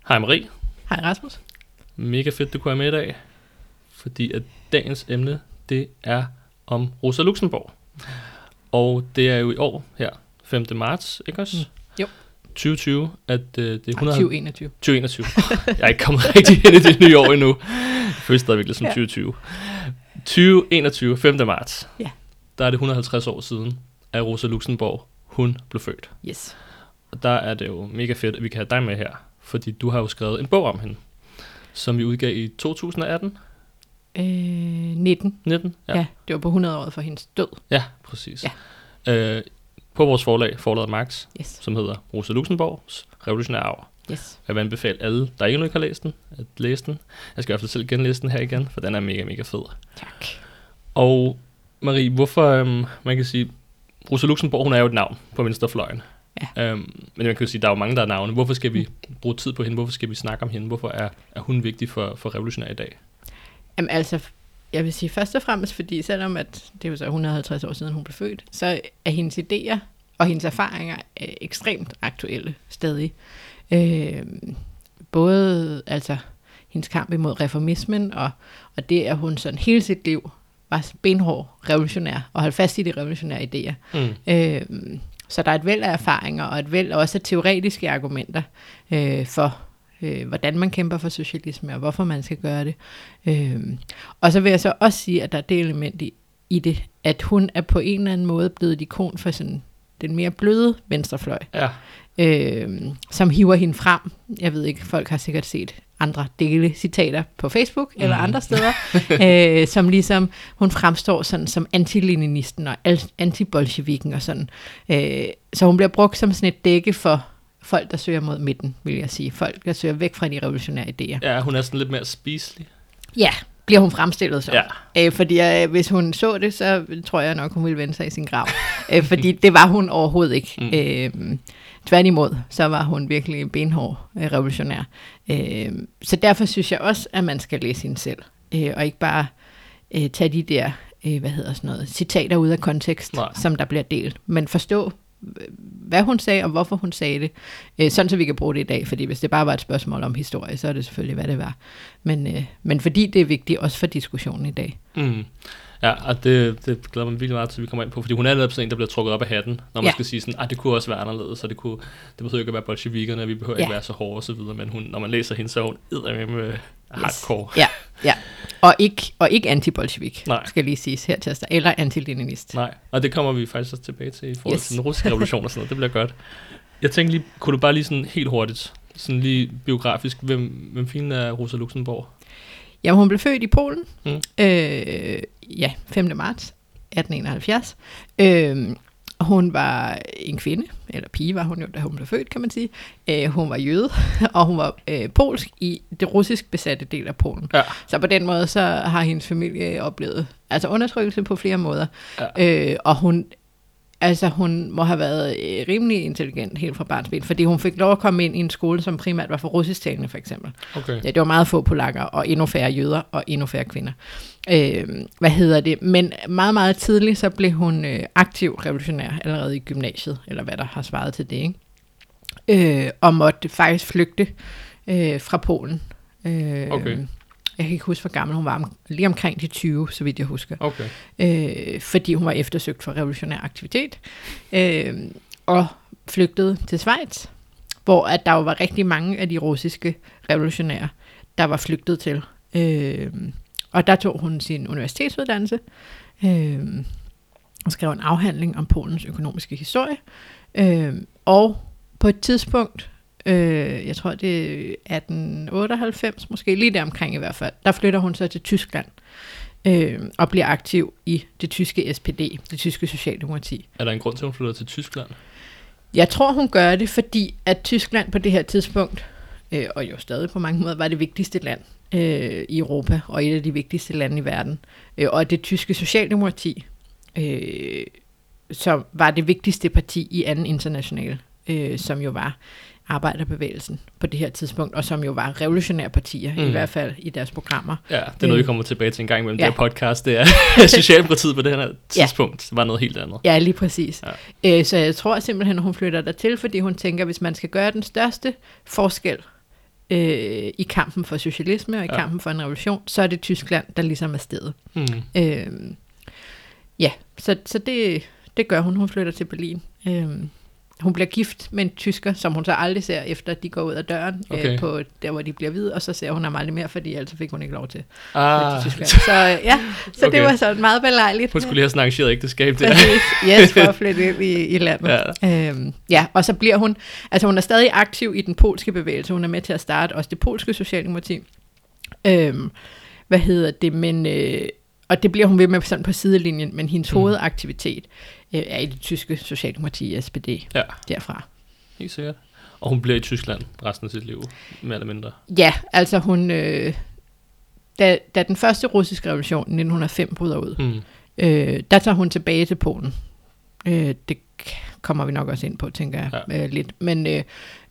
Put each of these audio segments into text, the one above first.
Hej Marie. Hej Rasmus. Mega fedt, du kunne være med i dag. Fordi at dagens emne, det er om Rosa Luxemburg. Og det er jo i år her, 5. marts, ikke også? Jo. 2020, at det er 2021. 2021. Jeg er ikke kommet rigtig hen i det nye år endnu. Det føles stadigvæk lidt som 2020. 2021, 5. marts. Ja. Der er det 150 år siden, at Rosa Luxemburg, hun blev født. Yes. Og der er det jo mega fedt, at vi kan have dig med her. Fordi du har jo skrevet en bog om hende, som vi udgav i 2018. 19. 19? Ja, det var på 100-året for hendes død. Ja, præcis. Ja. På vores forlaget Max, Yes. som hedder Rosa Luxemburgs Revolutionære Arv. Yes. Jeg vil anbefale alle, der ikke har læst den, at læse den. Jeg skal i hvert fald selv genlæse den her igen, for den er mega, mega fed. Tak. Og Marie, hvorfor, man kan sige, Rosa Luxemburg, hun er jo et navn på venstrefløjen. Ja. Men man kan jo sige, der er jo mange, der er navne. Hvorfor skal vi bruge tid på hende? Hvorfor skal vi snakke om hende? Hvorfor er hun vigtig for revolutionære i dag? Jamen altså, jeg vil sige først og fremmest, fordi selvom at det er jo så 150 år siden, hun blev født, så er hendes idéer og hendes erfaringer ekstremt aktuelle stadig. Både altså hendes kamp imod reformismen, og det, at hun sådan hele sit liv var benhård revolutionær, og holdt fast i de revolutionære idéer. Så der er et væld af erfaringer, og et væld også af teoretiske argumenter for, hvordan man kæmper for socialisme, og hvorfor man skal gøre det. Og så vil jeg så også sige, at der er det element i det, at hun er på en eller anden måde blevet et ikon for sådan den mere bløde venstrefløj, som hiver hende frem. Jeg ved ikke, folk har sikkert set andre citater på Facebook eller andre steder, som ligesom hun fremstår sådan som anti-leninisten og anti-bolsjevikken og sådan. Så hun bliver brugt som sådan et dække for folk, der søger mod midten, vil jeg sige. Folk, der søger væk fra de revolutionære idéer. Ja, hun er sådan lidt mere spiselig. Ja, bliver hun fremstillet så. Ja. Fordi hvis hun så det, så tror jeg nok, hun ville vende sig i sin grav. Fordi det var hun overhovedet ikke. Tværtimod, så var hun virkelig en benhård revolutionær. Så derfor synes jeg også, at man skal læse hende selv. Og ikke bare tage de der, citater ud af kontekst, som der bliver delt. Men forstå, hvad hun sagde, og hvorfor hun sagde det. Sådan, så vi kan bruge det i dag. Fordi hvis det bare var et spørgsmål om historie, så er det selvfølgelig, hvad det var. Men fordi det er vigtigt, også for diskussionen i dag. Ja, og det glæder mig virkelig meget til, at vi kommer ind på, fordi hun er netop sådan en, der bliver trukket op af hatten, når man skal sige sådan, det kunne også være anderledes, så det behøver ikke at være bolsjevikerne, vi behøver ikke være så hårde og så videre, men når man læser hende, så er hun eddermame hardcore. Ja. Og ikke anti-bolsjevik, skal lige siges her til os, eller anti-leninist. Nej, og det kommer vi faktisk også tilbage til i forhold til den russiske revolution og sådan noget, det bliver godt. Jeg tænkte lige, kunne du bare lige sådan helt hurtigt, sådan lige biografisk, hvem filen er Rosa Luxemburg? Jamen, hun blev født i Polen, 5. marts 1871. Hun var en kvinde, eller pige var hun jo, da hun blev født, kan man sige. Hun var jøde, og hun var polsk i det russisk besatte del af Polen. Ja. Så på den måde, så har hendes familie oplevet undertrykkelse på flere måder. Ja. Og hun må have været rimelig intelligent helt fra barnsben, fordi hun fik lov at komme ind i en skole, som primært var for russisktalende, for eksempel. Okay. Ja, det var meget få polakker, og endnu færre jøder, og endnu færre kvinder. Men meget, meget tidligt, så blev hun aktiv revolutionær, allerede i gymnasiet, eller hvad der har svaret til det, ikke? Og måtte faktisk flygte fra Polen. Okay. Jeg kan ikke huske, hvor gammel hun var. Lige omkring de 20, så vidt jeg husker. Okay. Fordi hun var eftersøgt for revolutionær aktivitet. Og flygtede til Schweiz, hvor at der jo var rigtig mange af de russiske revolutionære, der var flygtet til. Og der tog hun sin universitetsuddannelse og skrev en afhandling om Polens økonomiske historie. Og på et tidspunkt, jeg tror det er 1898, måske lige der omkring i hvert fald, der flytter hun så til Tyskland og bliver aktiv i det tyske SPD, det tyske socialdemokrati. Er der en grund til, at hun flytter til Tyskland? Jeg tror, hun gør det, fordi at Tyskland på det her tidspunkt, og jo stadig på mange måder, var det vigtigste land i Europa, og et af de vigtigste lande i verden. Og det tyske socialdemokrati, som var det vigtigste parti i anden international, som jo var arbejderbevægelsen på det her tidspunkt, og som jo var revolutionære partier, i hvert fald i deres programmer. Ja, det er noget, vi kommer tilbage til en gang imellem det her podcast. Det er Socialdemokratiet på det her tidspunkt var noget helt andet. Ja, lige præcis. Ja. Så jeg tror simpelthen, at hun flytter dertil, fordi hun tænker, hvis man skal gøre den største forskel i kampen for socialisme og i kampen for en revolution, så er det Tyskland, der ligesom er stedet. Så det gør hun. Hun flytter til Berlin. Hun bliver gift med en tysker, som hun så aldrig ser, efter de går ud af døren, på der, hvor de bliver hvide, og så ser hun ham aldrig mere, fordi ellers fik hun ikke lov til Tyskland. Så det var sådan meget belejligt. Hun skulle lige have sådan arrangeret ægteskab der. Yes, for at flytte ind i landet. Og så bliver hun, altså hun er stadig aktiv i den polske bevægelse, hun er med til at starte også det polske socialdemokrati. Men... Og det bliver hun ved med sådan på sidelinjen, men hendes hovedaktivitet er i det tyske socialdemokrati, SPD, derfra. Helt sikkert. Og hun bliver i Tyskland resten af sit liv, mere eller mindre. Ja, altså hun... Da den første russiske revolution, 1905, bryder ud, der tager hun tilbage til Polen. Det kommer vi nok også ind på, tænker jeg lidt. Men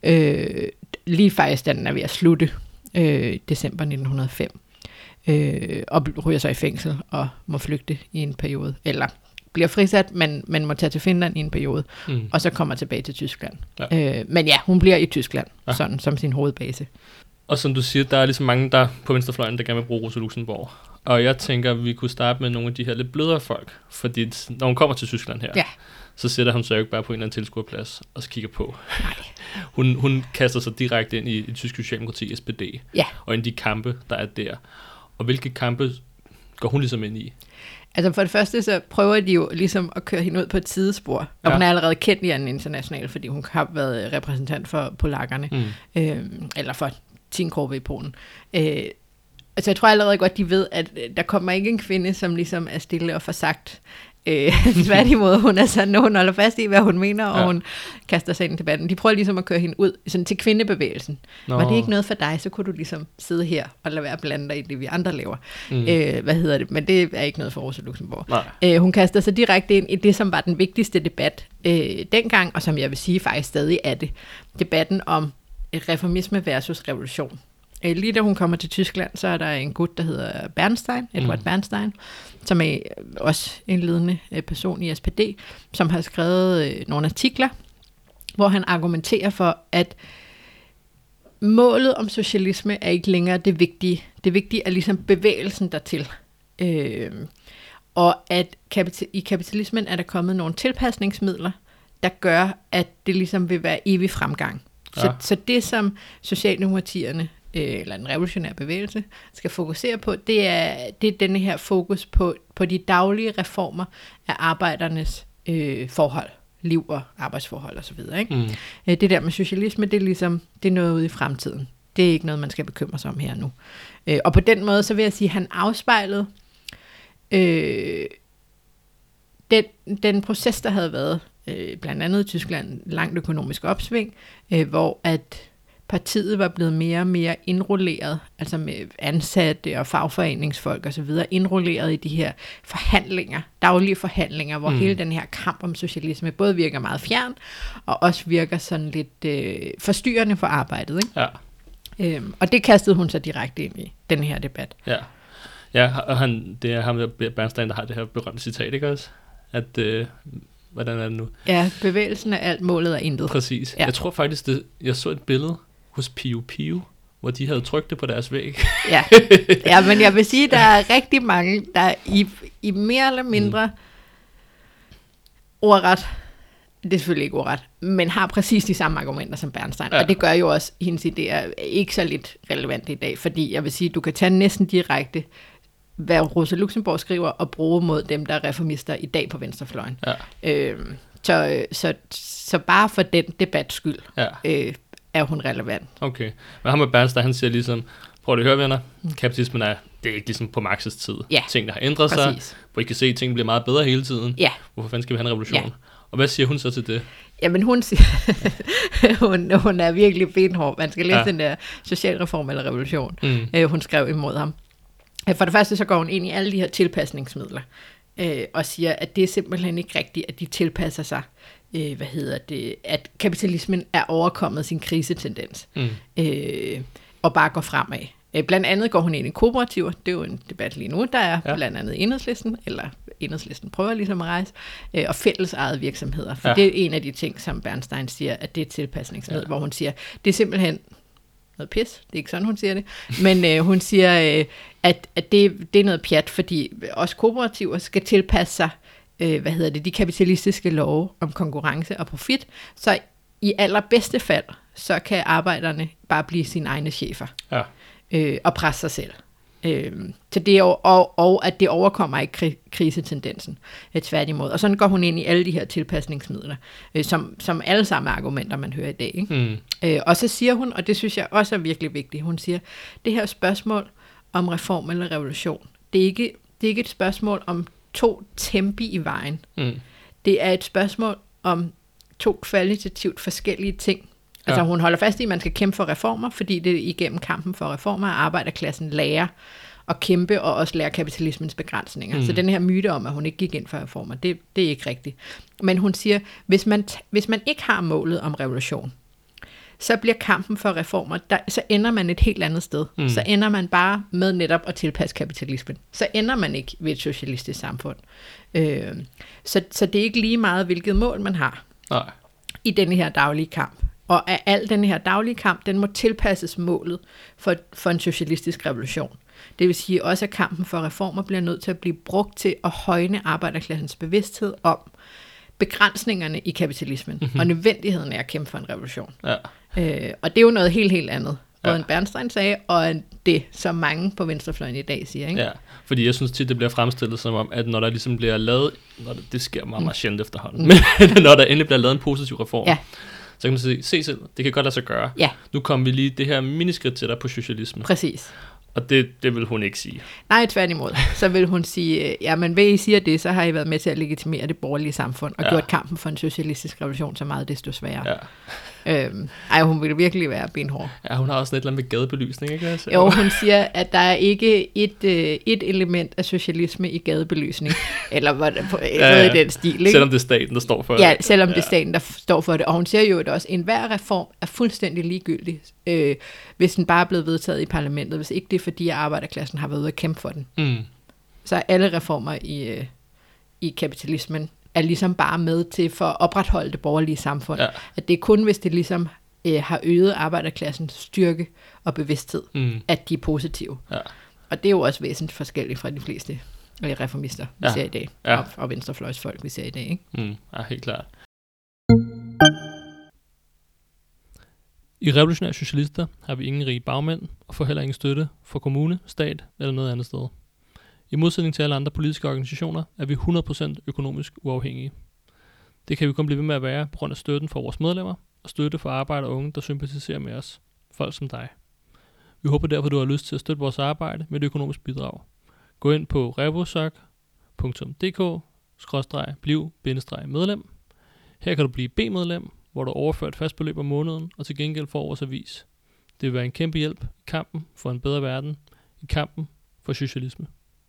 lige faktisk, da den er ved at slutte, december 1905, og ryger så i fængsel og må flygte i en periode, eller bliver frisat, men må tage til Finland i en periode, og så kommer tilbage til Tyskland. Men ja, hun bliver i Tyskland, sådan som sin hovedbase. Og som du siger, der er ligesom mange, der på venstrefløjen, der gerne vil bruge Rosa Luxemburg. Og jeg tænker, vi kunne starte med nogle af de her lidt blødere folk, fordi når hun kommer til Tyskland her, så sætter hun sig jo ikke bare på en eller anden tilskuerplads og så kigger på. Hun kaster sig direkte ind i det tyske socialdemokrati, SPD, og ind i de kampe, der er der. Og hvilke kampe går hun ligesom ind i? Altså for det første, så prøver de jo ligesom at køre hende ud på et sidespor. Og hun er allerede kendt i den internationale, fordi hun har været repræsentant for polakkerne, eller for Tinkorve i Polen. Altså jeg tror allerede godt, de ved, at der kommer ikke en kvinde, som ligesom er stille og forsagt. Tværtimod, hun er sådan, hun holder fast i, hvad hun mener, og hun kaster sig ind i debatten. De prøver ligesom at køre hende ud sådan til kvindebevægelsen. Var det ikke noget for dig, så kunne du ligesom sidde her og lade være at blande dig i det, vi andre laver. Men det er ikke noget for Rosa Luxemburg. Hun kaster sig direkte ind i det, som var den vigtigste debat dengang, og som jeg vil sige faktisk stadig er det. Debatten om reformisme versus revolution. Lige da hun kommer til Tyskland, så er der en gut, der hedder Bernstein, Edward Bernstein, som er også en ledende person i SPD, som har skrevet nogle artikler, hvor han argumenterer for, at målet om socialisme er ikke længere det vigtige. Det vigtige er ligesom bevægelsen dertil. Og at i kapitalismen er der kommet nogle tilpasningsmidler, der gør, at det ligesom vil være evig fremgang. Så det, som socialdemokratierne eller en revolutionær bevægelse skal fokusere på, det er denne her fokus på de daglige reformer af arbejdernes forhold, liv og arbejdsforhold og så videre. Ikke? Det der med socialisme, det er ligesom det er noget ude i fremtiden. Det er ikke noget, man skal bekymre sig om her nu. Og på den måde, så vil jeg sige, at han afspejlede den proces, der havde været blandt andet i Tyskland, langt økonomisk opsving, hvor at partiet var blevet mere og mere indrulleret, altså med ansatte og fagforeningsfolk og så videre, indrulleret i de her forhandlinger, daglige forhandlinger, hvor hele den her kamp om socialisme både virker meget fjern, og også virker sådan lidt forstyrrende for arbejdet. Ikke? Og det kastede hun sig direkte ind i, den her debat. Ja, og det er ham der Bernstein, der har det her berømte citat, ikke også? At hvordan er det nu? Ja, bevægelsen er alt, målet er intet. Præcis. Ja. Jeg tror faktisk, jeg så et billede hos Pio Pio, hvor de havde trykt det på deres væg. Ja, men jeg vil sige, der er rigtig mange, der i mere eller mindre ordret, det er selvfølgelig ikke ordret, men har præcis de samme argumenter som Bernstein. Og det gør jo også, hendes idéer ikke så lidt relevante i dag, fordi jeg vil sige, du kan tage næsten direkte, hvad Rosa Luxemburg skriver, og bruge mod dem, der er reformister i dag på venstrefløjen. Så bare for den debats skyld, er hun relevant. Okay. Men ham med Bernstein, han siger ligesom, prøv at høre, venner, kapitalismen det er ikke ligesom på Marx's tid. Ting, der har ændret sig, hvor I kan se, at tingene bliver meget bedre hele tiden. Hvorfor fanden skal vi have en revolution? Og hvad siger hun så til det? Jamen hun siger, hun er virkelig benhård. Man skal læse den der socialreform eller revolution. Hun skrev imod ham. For det første så går hun ind i alle de her tilpasningsmidler, og siger, at det er simpelthen ikke rigtigt, at de tilpasser sig, at kapitalismen er overkommet sin krisetendens, og bare går fremad. Blandt andet går hun ind i kooperativer, det er jo en debat lige nu, der er blandt andet Enhedslisten, eller Enhedslisten prøver ligesom at rejse, og fællesejede virksomheder, for det er en af de ting, som Bernstein siger, at det er tilpasningsmiddel, hvor hun siger, det er simpelthen noget pis. Det er ikke sådan, hun siger det. Men hun siger, at det er noget pjat, fordi også kooperativer skal tilpasse sig de kapitalistiske love om konkurrence og profit. Så i allerbedste fald, så kan arbejderne bare blive sine egne chefer. Ja. Og presse sig selv. Så det er og at det overkommer ikke krisetendensen, tværtimod. Og sådan går hun ind i alle de her tilpasningsmidler, som alle sammen er argumenter, man hører i dag. Ikke? Og så siger hun, og det synes jeg også er virkelig vigtigt, hun siger, det her spørgsmål om reform eller revolution, det er ikke et spørgsmål om 2 tempi i vejen. Det er et spørgsmål om 2 kvalitativt forskellige ting. Altså hun holder fast i, at man skal kæmpe for reformer, fordi det igennem kampen for reformer, at arbejderklassen lærer at kæmpe og også lære kapitalismens begrænsninger. Så den her myte om, at hun ikke gik ind for reformer, det er ikke rigtigt. Men hun siger, hvis man ikke har målet om revolution, så bliver kampen for reformer, så ender man et helt andet sted. Så ender man bare med netop at tilpasse kapitalismen. Så ender man ikke ved et socialistisk samfund. Så det er ikke lige meget, hvilket mål man har i denne her daglige kamp. Og at al den her daglige kamp, den må tilpasses målet for en socialistisk revolution. Det vil sige også, at kampen for reformer bliver nødt til at blive brugt til at højne arbejderklassens bevidsthed om begrænsningerne i kapitalismen, og nødvendigheden af at kæmpe for en revolution. Ja. Og det er jo noget helt, helt andet. Både en Bernstein sagde, og det, som mange på venstrefløjen i dag siger. Ikke? Ja, fordi jeg synes tit, det bliver fremstillet som om, at når der ligesom bliver lavet, det sker meget, meget sjældent efterhånden, men når der endelig bliver lavet en positiv reform, så kan man sige, se selv, det kan godt lade sig gøre. Ja. Nu kommer vi lige det her miniskridt til dig på socialismen. Præcis. Og det vil hun ikke sige. Nej, tværtimod. Så vil hun sige, men ved I siger det, så har I været med til at legitimere det borgerlige samfund, og gjort kampen for en socialistisk revolution så meget desto sværere. Ja. Hun vil virkelig være benhård. Ja, hun har også et eller andet med gadebelysning, ikke? Altså. Jo, hun siger, at der er ikke et element af socialisme i gadebelysning, eller noget i den stil. Ikke? Selvom det er staten, der står for det. Ja, selvom det er staten, der står for det. Og hun siger jo også, at enhver reform er fuldstændig ligegyldig, hvis den bare er blevet vedtaget i parlamentet, hvis ikke det er fordi, at arbejderklassen har været ude at kæmpe for den. Så er alle reformer i kapitalismen er ligesom bare med til for at opretholde det borgerlige samfund. Ja. At det er kun, hvis det ligesom har øget arbejderklassens styrke og bevidsthed, at de er positive. Ja. Og det er jo også væsentligt forskelligt fra de fleste reformister, vi ser i dag, og venstrefløjsfolk, vi ser i dag. Ikke? Ja, helt klart. I Revolutionære Socialister har vi ingen rige bagmænd, og får heller ingen støtte fra kommune, stat eller noget andet sted. I modsætning til alle andre politiske organisationer er vi 100% økonomisk uafhængige. Det kan vi kun blive ved med at være på grund af støtten fra vores medlemmer og støtte fra arbejde og unge, der sympatiserer med os. Folk som dig. Vi håber derfor, du har lyst til at støtte vores arbejde med et økonomisk bidrag. Gå ind på revosoc.dk/bliv-medlem. Her kan du blive B-medlem, hvor du overfører et fast beløb om måneden og til gengæld får vores avis. Det vil være en kæmpe hjælp i kampen for en bedre verden, i kampen for socialisme.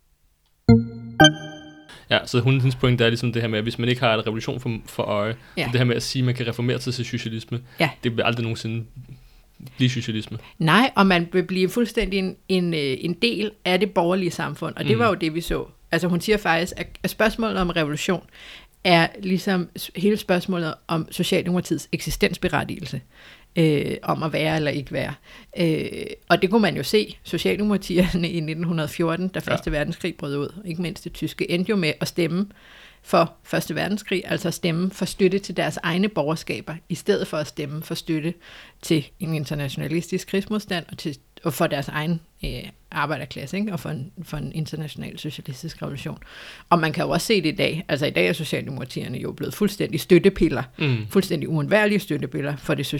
Ja, så hendes point er ligesom det her med, at hvis man ikke har en revolution for øje, det her med at sige, at man kan reformere til socialisme, det vil aldrig nogensinde blive socialisme. Nej, og man vil blive fuldstændig en del af det borgerlige samfund, og det var jo det, vi så. Altså hun siger faktisk, at spørgsmålet om revolution er ligesom hele spørgsmålet om Socialdemokratiets eksistensberettigelse. Om at være eller ikke være. Og det kunne man jo se. Socialdemokratierne i 1914, da Første Verdenskrig brød ud, ikke mindst det tyske, endte jo med at stemme for Første Verdenskrig, altså stemme for støtte til deres egne borgerskaber, i stedet for at stemme for støtte til en internationalistisk krigsmodstand og for deres egen arbejderklasse, ikke? Og for en international socialistisk revolution. Og man kan jo også se det i dag. Altså i dag er Socialdemokratierne jo blevet fuldstændig støttepiller, fuldstændig uundværlige støttepiller for det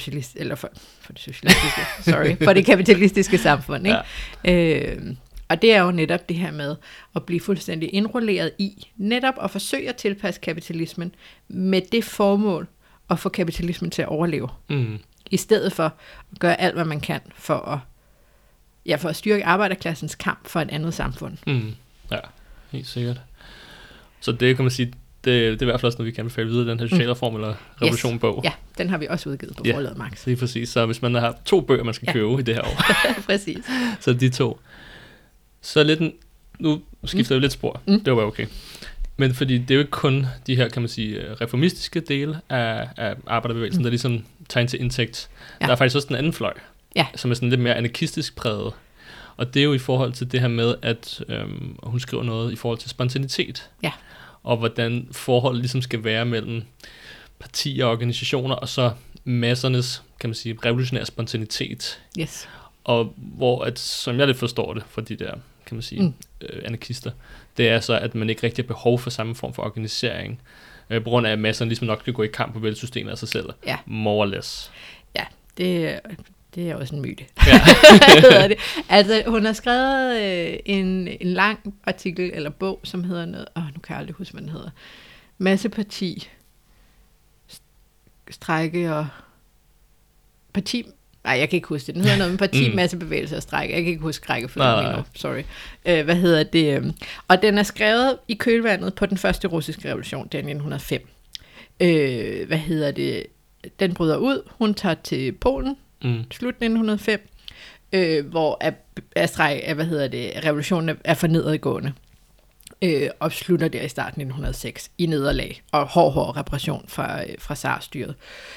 for det kapitalistiske samfund, ikke? Ja. Og det er jo netop det her med at blive fuldstændig indrulleret i, netop at forsøge at tilpasse kapitalismen med det formål at få kapitalismen til at overleve. I stedet for at gøre alt, hvad man kan for at styrke arbejderklassens kamp for et andet samfund. Ja, helt sikkert. Så det kan man sige, det er i hvert fald også noget, vi kan anbefale videre, den her socialreform eller revolution-bog. Ja, den har vi også udgivet på forlaget Max. Det er præcis. Så hvis man har 2 bøger, man skal købe i det her år. Præcis. Så de 2. Så nu skifter vi lidt spor. Det var okay. Men fordi det er jo ikke kun de her, kan man sige, reformistiske dele af arbejderbevægelsen, der ligesom tager ind til indtægt. Ja. Der er faktisk også den anden fløj. som er sådan lidt mere anarkistisk præget. Og det er jo i forhold til det her med, at hun skriver noget i forhold til spontanitet. Ja. Og hvordan forholdet ligesom skal være mellem partier og organisationer, og så massernes, kan man sige, revolutionære spontanitet. Yes. Og hvor, at, som jeg lidt forstår det for de der, kan man sige, anarkister, det er så, at man ikke rigtig har behov for samme form for organisering, på grund af, at masserne ligesom nok skal gå i kamp på vælsystemet af sig selv. Ja. More or less. Ja, det er også en myte. Ja. det. Altså, hun har skrevet en lang artikel, eller bog, som hedder noget, nu kan jeg aldrig huske, hvad den hedder. Masseparti, strejke og parti. Nej, jeg kan ikke huske det. Den hedder noget med parti, massebevægelse og strejke. Jeg kan ikke huske rækkefølgen nu. Sorry. Hvad hedder det? Og den er skrevet i kølvandet på den første russiske revolution, det er 1905. Hvad hedder det? Den bryder ud. Hun tager til Polen, slut 1905, hvor revolutionen er for nedadgående. Og slutter der i starten 1906 i nederlag og hård repression fra zarstyret.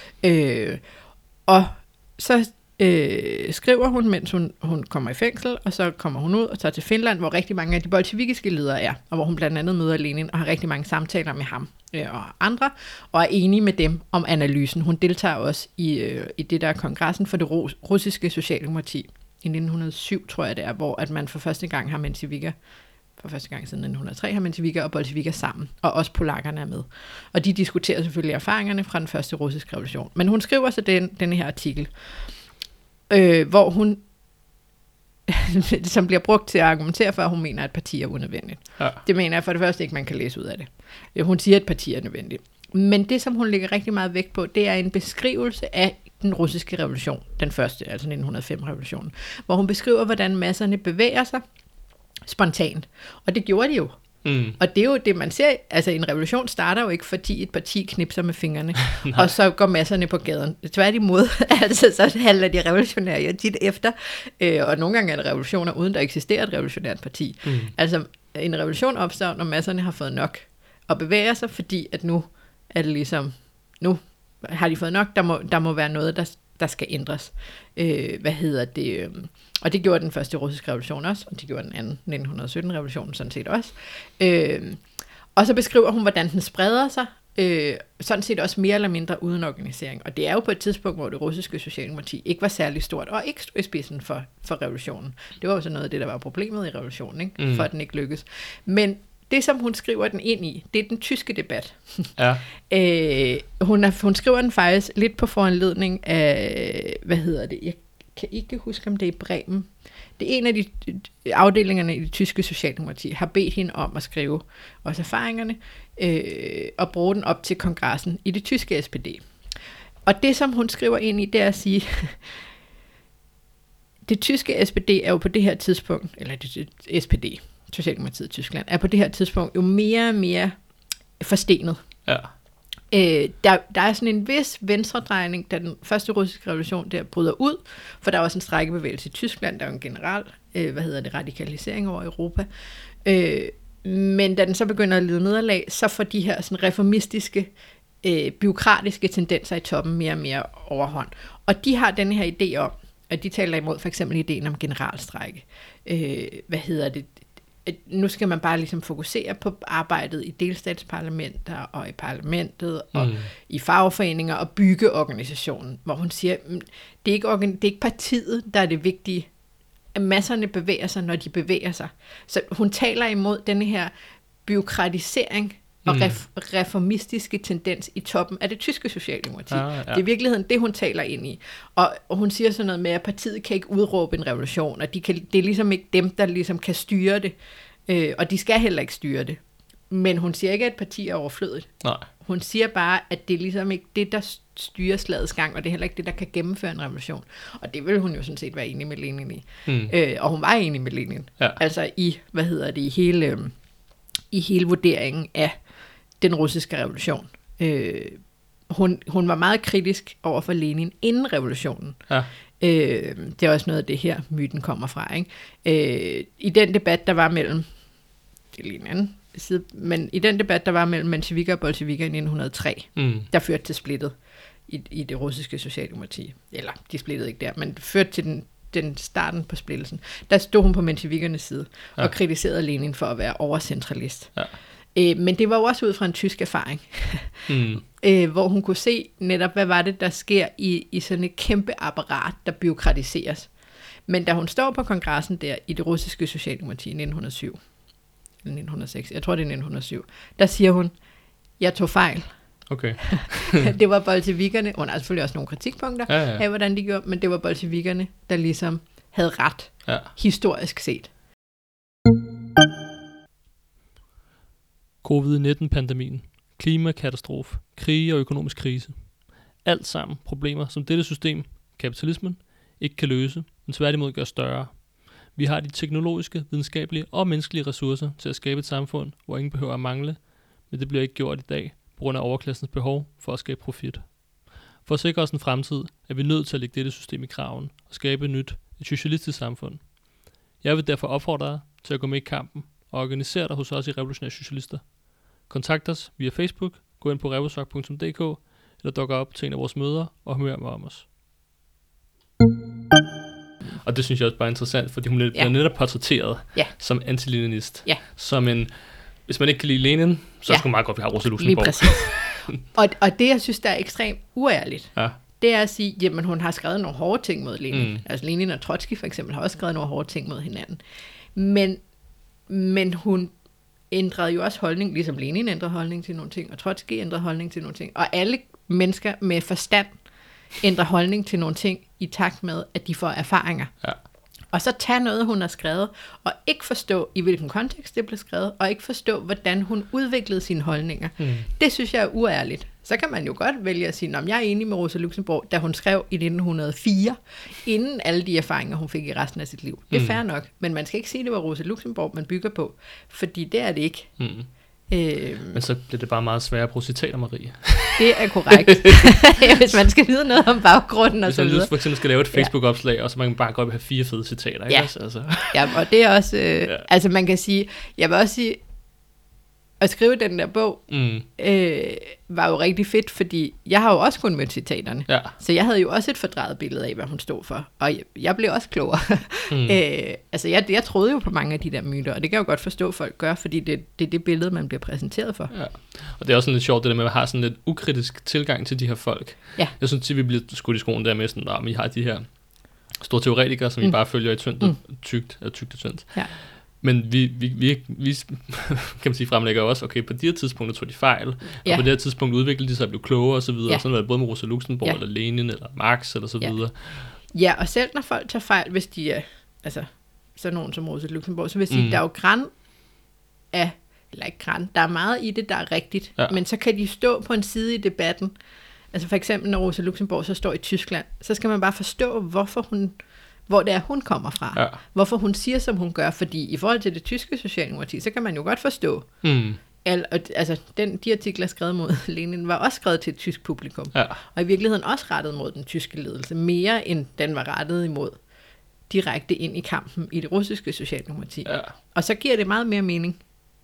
Og så skriver hun, mens hun kommer i fængsel, og så kommer hun ud og tager til Finland, hvor rigtig mange af de bolsjevikiske ledere er, og hvor hun blandt andet møder Lenin og har rigtig mange samtaler med ham og andre, og er enig med dem om analysen. Hun deltager også i det der kongressen for det russiske socialdemokrati i 1907, tror jeg det er, hvor at man for første gang har mensjevikker, for første gang siden 1903 har mensjevikker og bolsjevikker sammen, og også polakkerne er med. Og de diskuterer selvfølgelig erfaringerne fra den første russiske revolution. Men hun skriver så denne her artikel, hvor hun, som bliver brugt til at argumentere for, at hun mener, at parti er unødvendigt. Ja. Det mener jeg for det første ikke, man kan læse ud af det. Hun siger, at parti er nødvendigt. Men det, som hun lægger rigtig meget vægt på, det er en beskrivelse af den russiske revolution, den første, altså 1905-revolutionen, hvor hun beskriver, hvordan masserne bevæger sig spontant. Og det gjorde de jo. Og det er jo det, man ser. Altså, en revolution starter jo ikke, fordi et parti knipser med fingrene, og så går masserne på gaden. Tværtimod, altså, så handler de revolutionære jo tit efter, og nogle gange er det revolutioner, uden der eksisterer et revolutionært parti. Altså, en revolution opstår, når masserne har fået nok, og bevæger sig, fordi at nu er det ligesom, nu har de fået nok, der må være noget, der skal ændres. Og det gjorde den første russiske revolution også, og det gjorde den anden 1917-revolutionen sådan set også. Og så beskriver hun, hvordan den spreder sig, sådan set også mere eller mindre uden organisering. Og det er jo på et tidspunkt, hvor det russiske socialdemokrati ikke var særlig stort, og ikke stod i spidsen for revolutionen. Det var jo så noget af det, der var problemet i revolutionen, ikke? For at den ikke lykkedes. Men det, som hun skriver den ind i, det er den tyske debat. Ja. Hun skriver den faktisk lidt på foranledning af, jeg kan ikke huske, om det er i Bremen. Det er en af de afdelingerne i det tyske socialdemokrati, har bedt hende om at skrive også erfaringerne, og bruge den op til kongressen i det tyske SPD. Og det, som hun skriver ind i, det er at sige, det tyske SPD er jo på det her tidspunkt, eller det SPD, Socialdemokratiet i Tyskland, er på det her tidspunkt jo mere og mere forstenet. Ja. Der er sådan en vis venstredrejning, da den første russiske revolution der bryder ud, for der er også en strejkebevægelse i Tyskland, der er jo en general, radikalisering over Europa. Men da den så begynder at lide nederlag, så får de her sådan reformistiske, bureaukratiske tendenser i toppen mere og mere overhånd. Og de har den her idé om, at de taler imod for eksempel ideen om generalstrejke. Nu skal man bare ligesom fokusere på arbejdet i delstatsparlamenter og i parlamentet og i fagforeninger og bygge organisationen, hvor hun siger, det er ikke partiet, der er det vigtige. At masserne bevæger sig, når de bevæger sig. Så hun taler imod denne her bureaukratisering og reformistiske tendens i toppen af det tyske socialdemokrati. Ja. Det er i virkeligheden det, hun taler ind i. Og hun siger sådan noget med, at partiet kan ikke udråbe en revolution, og det er ligesom ikke dem, der ligesom kan styre det. Og de skal heller ikke styre det. Men hun siger ikke, at et parti er overflødigt. Nej. Hun siger bare, at det er ligesom ikke det, der styrer slagets gang, og det er heller ikke det, der kan gennemføre en revolution. Og det vil hun jo sådan set være enig med Lenin i. Og hun var enig med Lenin. Ja. Altså i, i hele vurderingen af den russiske revolution. Hun var meget kritisk over for Lenin inden revolutionen. Ja. Det er også noget af det her, myten kommer fra. Ikke? I den debat, der var mellem, det er lige en anden side, men i den debat, der var mellem mensjevikker og bolsjevikker i 1903, der førte til splittet i det russiske socialdemokrati. Eller, de splittede ikke der, men førte til den starten på splittelsen. Der stod hun på mensjevikernes side og kritiserede Lenin for at være overcentralist. Ja. Men det var jo også ud fra en tysk erfaring, hvor hun kunne se netop, hvad var det, der sker i sådan et kæmpe apparat, der byråkratiseres. Men da hun står på kongressen der i det russiske socialdemokrati i 1907, eller 1906, jeg tror det er 1907, der siger hun, jeg tog fejl. Okay. Det var bolsjevikerne, og der er selvfølgelig også nogle kritikpunkter af, hvordan de gjorde, men det var bolsjevikerne, der ligesom havde ret, historisk set. Covid-19-pandemien, klimakatastrofe, krige og økonomisk krise. Alt sammen problemer, som dette system, kapitalismen, ikke kan løse, men tværtimod gør større. Vi har de teknologiske, videnskabelige og menneskelige ressourcer til at skabe et samfund, hvor ingen behøver at mangle, men det bliver ikke gjort i dag, på grund af overklassens behov for at skabe profit. For at sikre os en fremtid, er vi nødt til at lægge dette system i kraven og skabe et socialistisk samfund. Jeg vil derfor opfordre dig til at gå med i kampen og organisere dig hos os i Revolutionære Socialister. Kontakt os via Facebook, gå ind på revosok.dk eller dukke op til en af vores møder og hør mere om os. Og det synes jeg også bare er interessant, fordi hun bliver netop portrætteret som anti-leninist. Ja. Som en, hvis man ikke kan lide Lenin, så skulle man meget godt have Rosa Luxemburg. Lige præcis. og det, jeg synes, der er ekstremt uærligt, det er at sige, jamen hun har skrevet nogle hårde ting mod Lenin. Altså Lenin og Trotsky for eksempel har også skrevet nogle hårde ting mod hinanden. Men hun ændrede jo også holdning, ligesom Lenin ændrede holdning til nogle ting, og Trotsky ændrede holdning til nogle ting. Og alle mennesker med forstand ændrer holdning til nogle ting i takt med, at de får erfaringer. Ja. Og så tage noget, hun har skrevet, og ikke forstå, i hvilken kontekst det blev skrevet, og ikke forstå, hvordan hun udviklede sine holdninger. Det synes jeg er uærligt. Så kan man jo godt vælge at sige, at jeg er enig med Rosa Luxemburg, da hun skrev i 1904, inden alle de erfaringer, hun fik i resten af sit liv. Det er fair nok, men man skal ikke sige, at det var Rosa Luxemburg, man bygger på, fordi det er det ikke. Men så bliver det bare meget svært at bruge citater, Marie. Det er korrekt. Hvis man skal vide noget om baggrunden og så videre. Hvis man for eksempel skal lave et Facebook-opslag, og så man bare godt have 4 fede citater. Ikke? Altså. Ja, og det er også, altså man kan sige, jeg vil også sige, at skrive den der bog, var jo rigtig fedt, fordi jeg har jo også kun mødt citaterne. Ja. Så jeg havde jo også et fordrejet billede af, hvad hun stod for. Og jeg blev også klogere. Altså jeg troede jo på mange af de der myter, og det kan jeg jo godt forstå, at folk gør, fordi det er det billede, man bliver præsenteret for. Ja. Og det er også sådan lidt sjovt, det der med, at man har sådan lidt ukritisk tilgang til de her folk. Ja. Jeg synes, at vi bliver skudt i skoen der med sådan, at I har de her store teoretikere, som vi bare følger i tyndt og tykt og tyndt. Ja. Men vi kan man sige, fremlægger også, okay, på de her tidspunkter tog de fejl, og på det her tidspunkt udviklede de sig og blev klogere og så videre, og sådan var det både med Rosa Luxemburg, eller Lenin, eller Marx, eller så videre. Ja, og selv når folk tager fejl, hvis de er, altså, sådan nogen som Rosa Luxemburg, så vil jeg sige, der er jo græn af, eller ikke græn, der er meget i det, der er rigtigt, men så kan de stå på en side i debatten, altså for eksempel, når Rosa Luxemburg så står i Tyskland, så skal man bare forstå, hvor det er, hun kommer fra. Ja. Hvorfor hun siger, som hun gør. Fordi i forhold til det tyske socialdemokrati, så kan man jo godt forstå. Altså, de artikler skrevet mod Lenin, var også skrevet til et tysk publikum. Ja. Og i virkeligheden også rettet mod den tyske ledelse. Mere end den var rettet imod direkte ind i kampen i det russiske socialdemokrati. Ja. Og så giver det meget mere mening.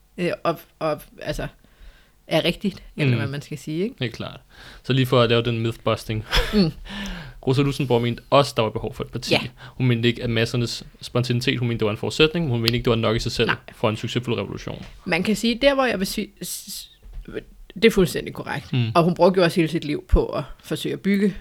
Og altså er rigtigt, eller hvad man skal sige. Ikke? Helt klart. Så lige for at lave den mythbusting. Rosa Luxemburg mente også, der var behov for et parti. Ja. Hun mente ikke, at massernes spontanitet, hun mente, det var en forudsætning, hun mente ikke, det var nok i sig selv for en succesfuld revolution. Man kan sige, der hvor jeg vil sige, det er fuldstændig korrekt. Og hun brugte jo også hele sit liv på at forsøge at bygge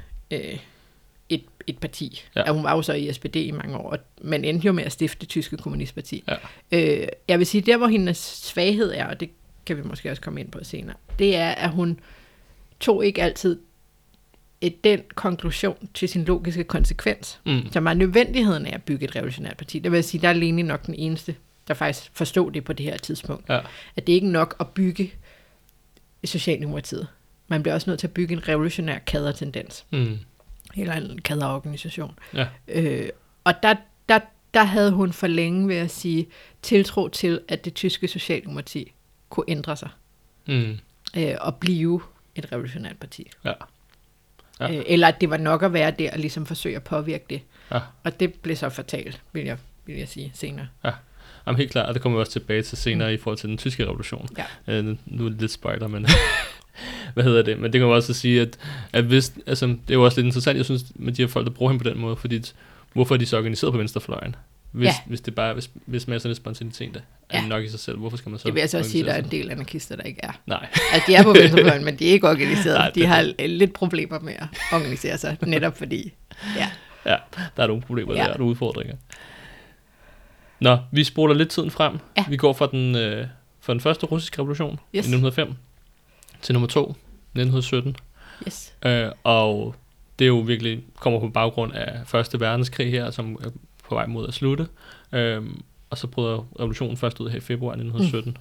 et parti. Ja. Hun var jo så i SPD i mange år, men endte jo med at stifte det tyske kommunistparti. Ja. Jeg vil sige, der hvor hendes svaghed er, og det kan vi måske også komme ind på senere, det er, at hun tog ikke altid den konklusion til sin logiske konsekvens, som er nødvendigheden af at bygge et revolutionært parti. Det vil sige, der er Lenin nok den eneste, der faktisk forstod det på det her tidspunkt. Ja. At det ikke er nok at bygge Socialdemokratiet. Man bliver også nødt til at bygge en revolutionær kadertendens. Eller en kaderorganisation. Ja. Og der havde hun for længe ved at sige tiltro til, at det tyske Socialdemokrati kunne ændre sig. Og blive et revolutionært parti. Ja. Ja. Eller at det var nok at være der og ligesom forsøge at påvirke det. Ja. Og det blev så fatalt, vil jeg sige senere. Ja, jamen, helt klart, og det kommer vi også tilbage til senere i forhold til den tyske revolution. Ja. Nu er det lidt spøjter, men Men det kan man også sige, at hvis, altså, det er jo også lidt interessant, jeg synes, med de her folk, der bruger hende på den måde, fordi hvorfor er de så organiseret på venstrefløjen? Hvis det bare, hvis massernes spontanitet er nok i sig selv, hvorfor skal man så? Det vil jeg så også sige, at der er en del anarkister, der ikke er. Nej. Altså, de er på venstrefløjen, men de er ikke organiseret. Nej, de har lidt problemer med at organisere sig, netop fordi, Ja, der er nogle problemer, der er nogle udfordringer. Nå, vi spoler lidt tiden frem. Ja. Vi går fra den første russiske revolution i 1905 til nummer 2, 1917. Yes. Og det er jo virkelig kommer på baggrund af Første Verdenskrig her, som er på vej mod at slutte. Og så bryder revolutionen først ud her i februar 1917.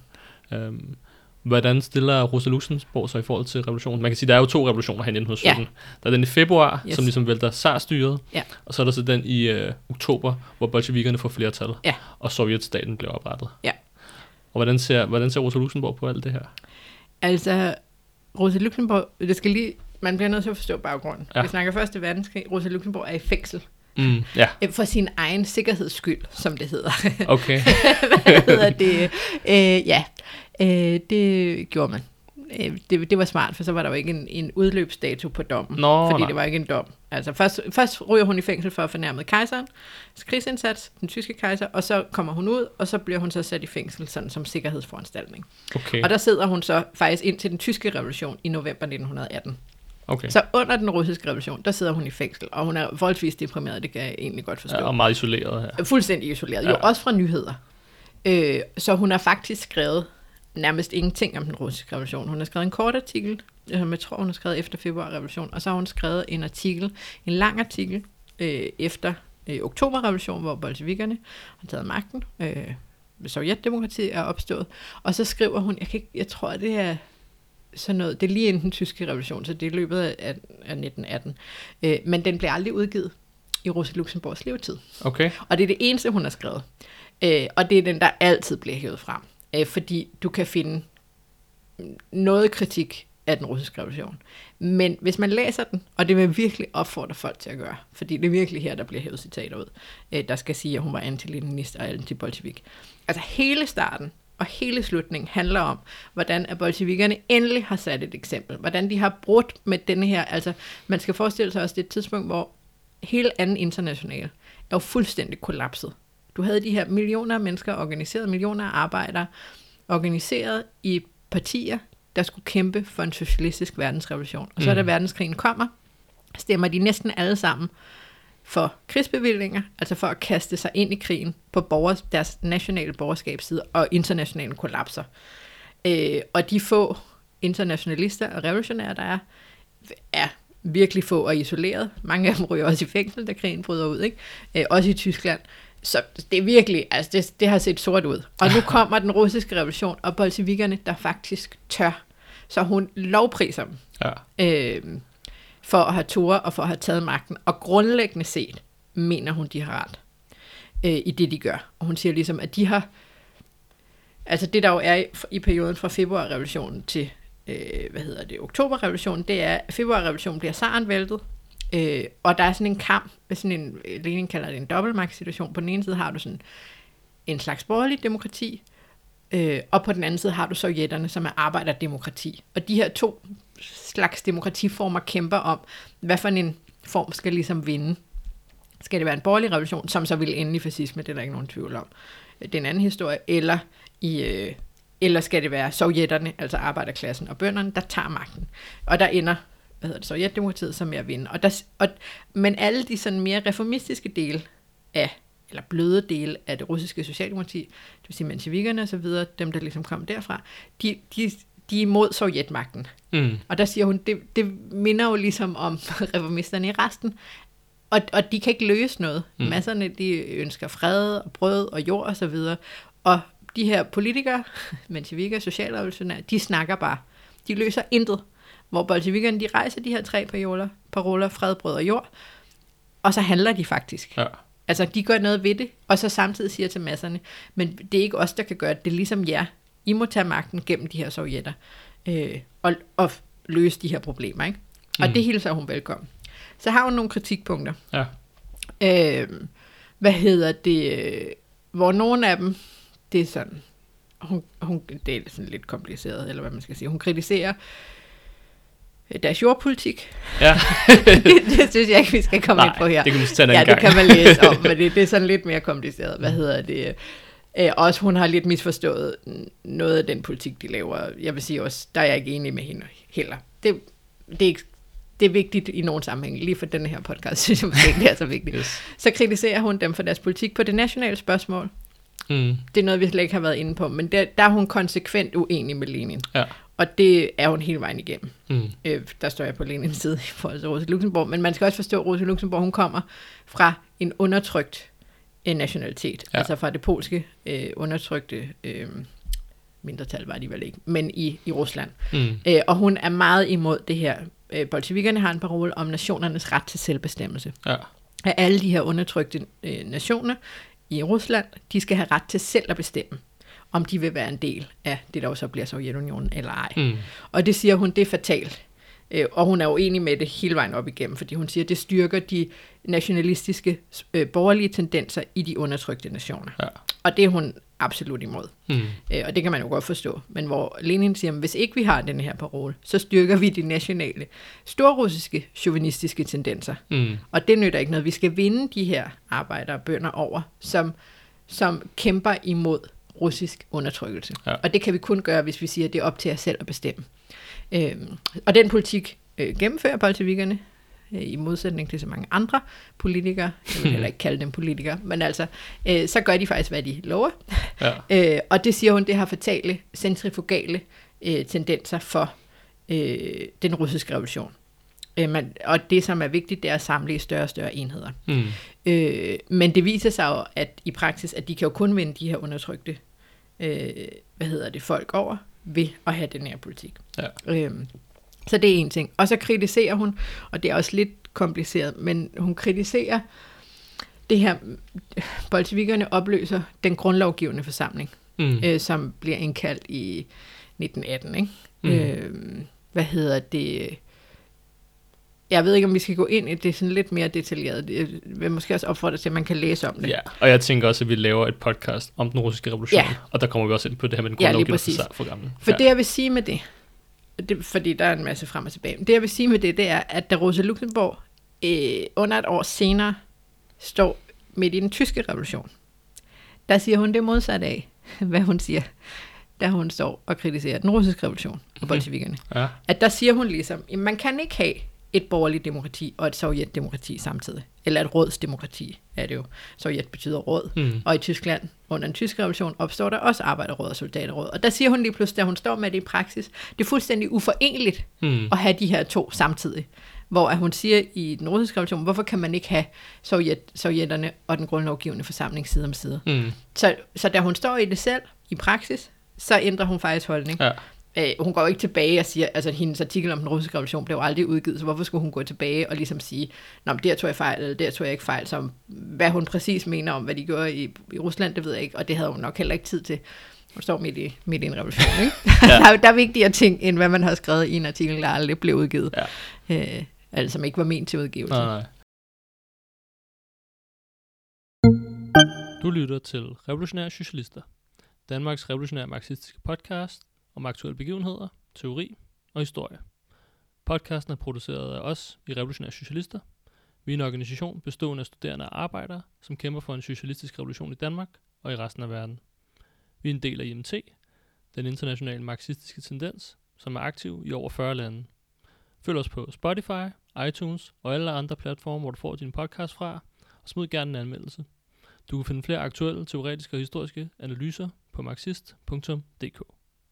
Hvordan stiller Rosa Luxemburg sig i forhold til revolutionen? Man kan sige, der er jo 2 revolutioner her i 1917. Ja. Der er den i februar, som ligesom vælter zarstyret, og så er der så den i oktober, hvor bolsjevikerne får flertal, og Sovjetstaten bliver oprettet. Ja. Og hvordan ser Rosa Luxemburg på alt det her? Altså, Rosa Luxemburg, man bliver nødt til at forstå baggrunden. Vi snakker Første Verdenskrig. Rosa Luxemburg er i fængsel. For sin egen sikkerheds skyld, som det hedder. Okay. Hvad hedder det? Det gjorde man. Det var smart, for så var der jo ikke en udløbsdato på dommen. Fordi det var ikke en dom. Altså først ryger hun i fængsel for at fornærme kejserens krigsindsats, den tyske kejser, og så kommer hun ud, og så bliver hun så sat i fængsel sådan som sikkerhedsforanstaltning. Okay. Og der sidder hun så faktisk ind til den tyske revolution i november 1918. Okay. Så under den russiske revolution, der sidder hun i fængsel, og hun er forholdsvis deprimeret, det kan jeg egentlig godt forstå. Ja, og meget isoleret her. Fuldstændig isoleret, jo også fra nyheder. Så hun har faktisk skrevet nærmest ingenting om den russiske revolution. Hun har skrevet en kort artikel, jeg tror hun har skrevet efter februarrevolutionen, og så har hun skrevet en lang artikel efter oktoberrevolutionen, hvor bolsjevikerne har taget magten, Sovjetdemokratiet er opstået, og så skriver hun, jeg tror det er sådan noget, det er lige inden den tyske revolution, så det er løbet af 1918, men den blev aldrig udgivet i Rosa Luxemburgs levetid. Okay. Og det er det eneste, hun har skrevet. Og det er den, der altid bliver hævet frem. Fordi du kan finde noget kritik af den russiske revolution. Men hvis man læser den, og det vil virkelig opfordre folk til at gøre, fordi det er virkelig her, der bliver hævet citater ud, der skal sige, at hun var anti-leninist og anti-bolshevik. Altså hele starten og hele slutningen handler om, hvordan at bolsjevikerne endelig har sat et eksempel. Hvordan de har brudt med denne her, altså man skal forestille sig også, det er et tidspunkt, hvor hele anden international er jo fuldstændig kollapset. Du havde de her millioner af mennesker organiseret, millioner af arbejdere organiseret i partier, der skulle kæmpe for en socialistisk verdensrevolution. Og så da verdenskrigen kommer, stemmer de næsten alle sammen for krigsbevillinger, altså for at kaste sig ind i krigen på deres nationale borgerskabsside, og internationalen kollapser. Og de få internationalister og revolutionære, der er virkelig få og isoleret. Mange af dem ryger også i fængsel, da krigen bryder ud, ikke? Også i Tyskland. Så det er virkelig, altså det har set sort ud. Og nu kommer den russiske revolution, og bolsjevikerne, der faktisk tør. Så hun lovpriser dem for at have tåret og for at have taget magten. Og grundlæggende set mener hun, de har ret i det, de gør. Og hun siger ligesom, at de har, altså det der jo er i perioden fra februarrevolutionen til, oktoberrevolutionen, det er, at februarrevolutionen bliver zaren væltet. Og der er sådan en kamp, Lenin kalder det en dobbeltmagtssituation. På den ene side har du sådan en slags borgerlig demokrati, og på den anden side har du sovjetterne, som er arbejderdemokrati. Og de her 2 slags demokratiformer kæmper om, hvad for en form skal ligesom vinde. Skal det være en borgerlig revolution, som så vil ende i fascisme, det er der ikke nogen tvivl om. Det er en anden historie. Eller skal det være sovjetterne, altså arbejderklassen og bønderne, der tager magten. Og der ender Sovjetdemokratiet som er at vinde. Men alle de sådan mere reformistiske dele af, eller bløde dele af det russiske socialdemokrati, det vil sige mensjevikerne og så videre, dem der ligesom kom derfra, de er imod sovjetmagten. Og der siger hun, det minder jo ligesom om reformisterne i resten, og de kan ikke løse noget. Masserne, de ønsker fred og brød og jord og så videre, og de her politikere, mensjevikker, socialrevolutionære, de snakker bare. De løser intet. Hvor bolsjevikerne, de rejser de her 3 paroler, fred, brød og jord, og så handler de faktisk. Ja. Altså, de gør noget ved det, og så samtidig siger til masserne, men det er ikke os, der kan gøre det, det er ligesom jer. I må tage magten gennem de her sovjetter, og løse de her problemer, ikke? Og det hilser hun velkommen. Så har hun nogle kritikpunkter. Ja. Hvor nogle af dem, det er sådan, det er sådan lidt kompliceret, eller hvad man skal sige. Hun kritiserer deres jordpolitik. Ja. Det synes jeg ikke, vi skal komme ind på her. Det kan man tage en gang. Det kan man læse om, men det er sådan lidt mere kompliceret. Hvad hedder det? Også hun har lidt misforstået noget af den politik, de laver. Jeg vil sige også, der er jeg ikke enig med hende heller. Det er vigtigt i nogle sammenhæng. Lige for den her podcast, synes jeg måske ikke, det er så vigtigt. Yes. Så kritiserer hun dem for deres politik på det nationale spørgsmål. Det er noget, vi slet ikke har været inde på, men der er hun konsekvent uenig med Lenin. Ja. Og det er hun hele vejen igennem. Der står jeg på Lenins side i forhold til Rosa Luxemburg, men man skal også forstå, at Rosa Luxemburg, hun kommer fra en undertrykt nationalitet, altså fra det polske undertrykte mindretal var de vel ikke, men i Rusland. Og hun er meget imod det her. Bolsjevikerne har en parole om nationernes ret til selvbestemmelse. Ja. At alle de her undertrykte nationer i Rusland, de skal have ret til selv at bestemme, om de vil være en del af det, der også bliver Sovjetunionen eller ej. Og det siger hun, det er fatalt. Og hun er jo enig med det hele vejen op igennem, fordi hun siger, at det styrker de nationalistiske borgerlige tendenser i de undertrykte nationer. Ja. Og det er hun absolut imod. Og det kan man jo godt forstå. Men hvor Lenin siger, at hvis ikke vi har den her parole, så styrker vi de nationale, storrussiske, chauvinistiske tendenser. Og det nytter ikke noget. Vi skal vinde de her arbejdere og bønder over, som kæmper imod russisk undertrykkelse. Ja. Og det kan vi kun gøre, hvis vi siger, at det er op til os selv at bestemme. Og den politik gennemfører bolsjevikerne, i modsætning til så mange andre politikere. Jeg vil heller ikke kalde dem politikere, men altså, så gør de faktisk, hvad de lover. Ja. Og det siger hun, det har fatale, centrifugale tendenser for den russiske revolution. Og det, som er vigtigt, det er at samle i større og større enheder. Men det viser sig jo, at i praksis, at de kan jo kun vinde de her undertrykte folk over ved at have den her politik. Ja. Så det er en ting. Og så kritiserer hun, og det er også lidt kompliceret, men hun kritiserer det her, bolsjevikerne opløser den grundlovgivende forsamling, som bliver indkaldt i 1918. Ikke? Jeg ved ikke, om vi skal gå ind i det sådan lidt mere detaljeret. Jeg vil måske også opfordre til, at man kan læse om det. Ja, og jeg tænker også, at vi laver et podcast om den russiske revolution, og der kommer vi også ind på det her med den grundlovgivende forsamling. For det, jeg vil sige med det, fordi der er en masse frem og tilbage. Det, jeg vil sige med det er, at da Rosa Luxemburg under et år senere står midt i den tyske revolution, der siger hun det modsatte af, hvad hun siger, da hun står og kritiserer den russiske revolution og bolsjevikerne. Ja. At der siger hun ligesom, at man kan ikke have et borgerligt demokrati og et sovjetdemokrati samtidig. Eller et rådsdemokrati er det jo. Sovjet betyder råd. Og i Tyskland, under den tyske revolution, opstår der også arbejderråd og soldaterråd. Og der siger hun lige pludselig, da hun står med det i praksis, det er fuldstændig uforeneligt at have de her to samtidig. Hvor hun siger i den russiske revolution, hvorfor kan man ikke have sovjetterne og den grundlovgivende forsamling side om side? Så da hun står i det selv, i praksis, så ændrer hun faktisk holdning. Ja. Hun går ikke tilbage og siger, altså hendes artikel om den russiske revolution blev aldrig udgivet, så hvorfor skulle hun gå tilbage og ligesom sige, nå, der tog jeg fejl, eller der tog jeg ikke fejl, som hvad hun præcis mener om, hvad de gjorde i Rusland, det ved jeg ikke, og det havde hun nok heller ikke tid til. Hun står midt i en revolution, ikke? Ja. der er vigtigere ting, end hvad man har skrevet i en artikel, der aldrig blev udgivet, altså som ikke var ment til udgivelse. Nej. Du lytter til Revolutionære Socialister, Danmarks revolutionære marxistiske podcast, om aktuelle begivenheder, teori og historie. Podcasten er produceret af os i Revolutionære Socialister. Vi er en organisation bestående af studerende og arbejdere, som kæmper for en socialistisk revolution i Danmark og i resten af verden. Vi er en del af IMT, den internationale marxistiske tendens, som er aktiv i over 40 lande. Følg os på Spotify, iTunes og alle andre platforme, hvor du får din podcast fra, og smid gerne en anmeldelse. Du kan finde flere aktuelle, teoretiske og historiske analyser på marxist.dk.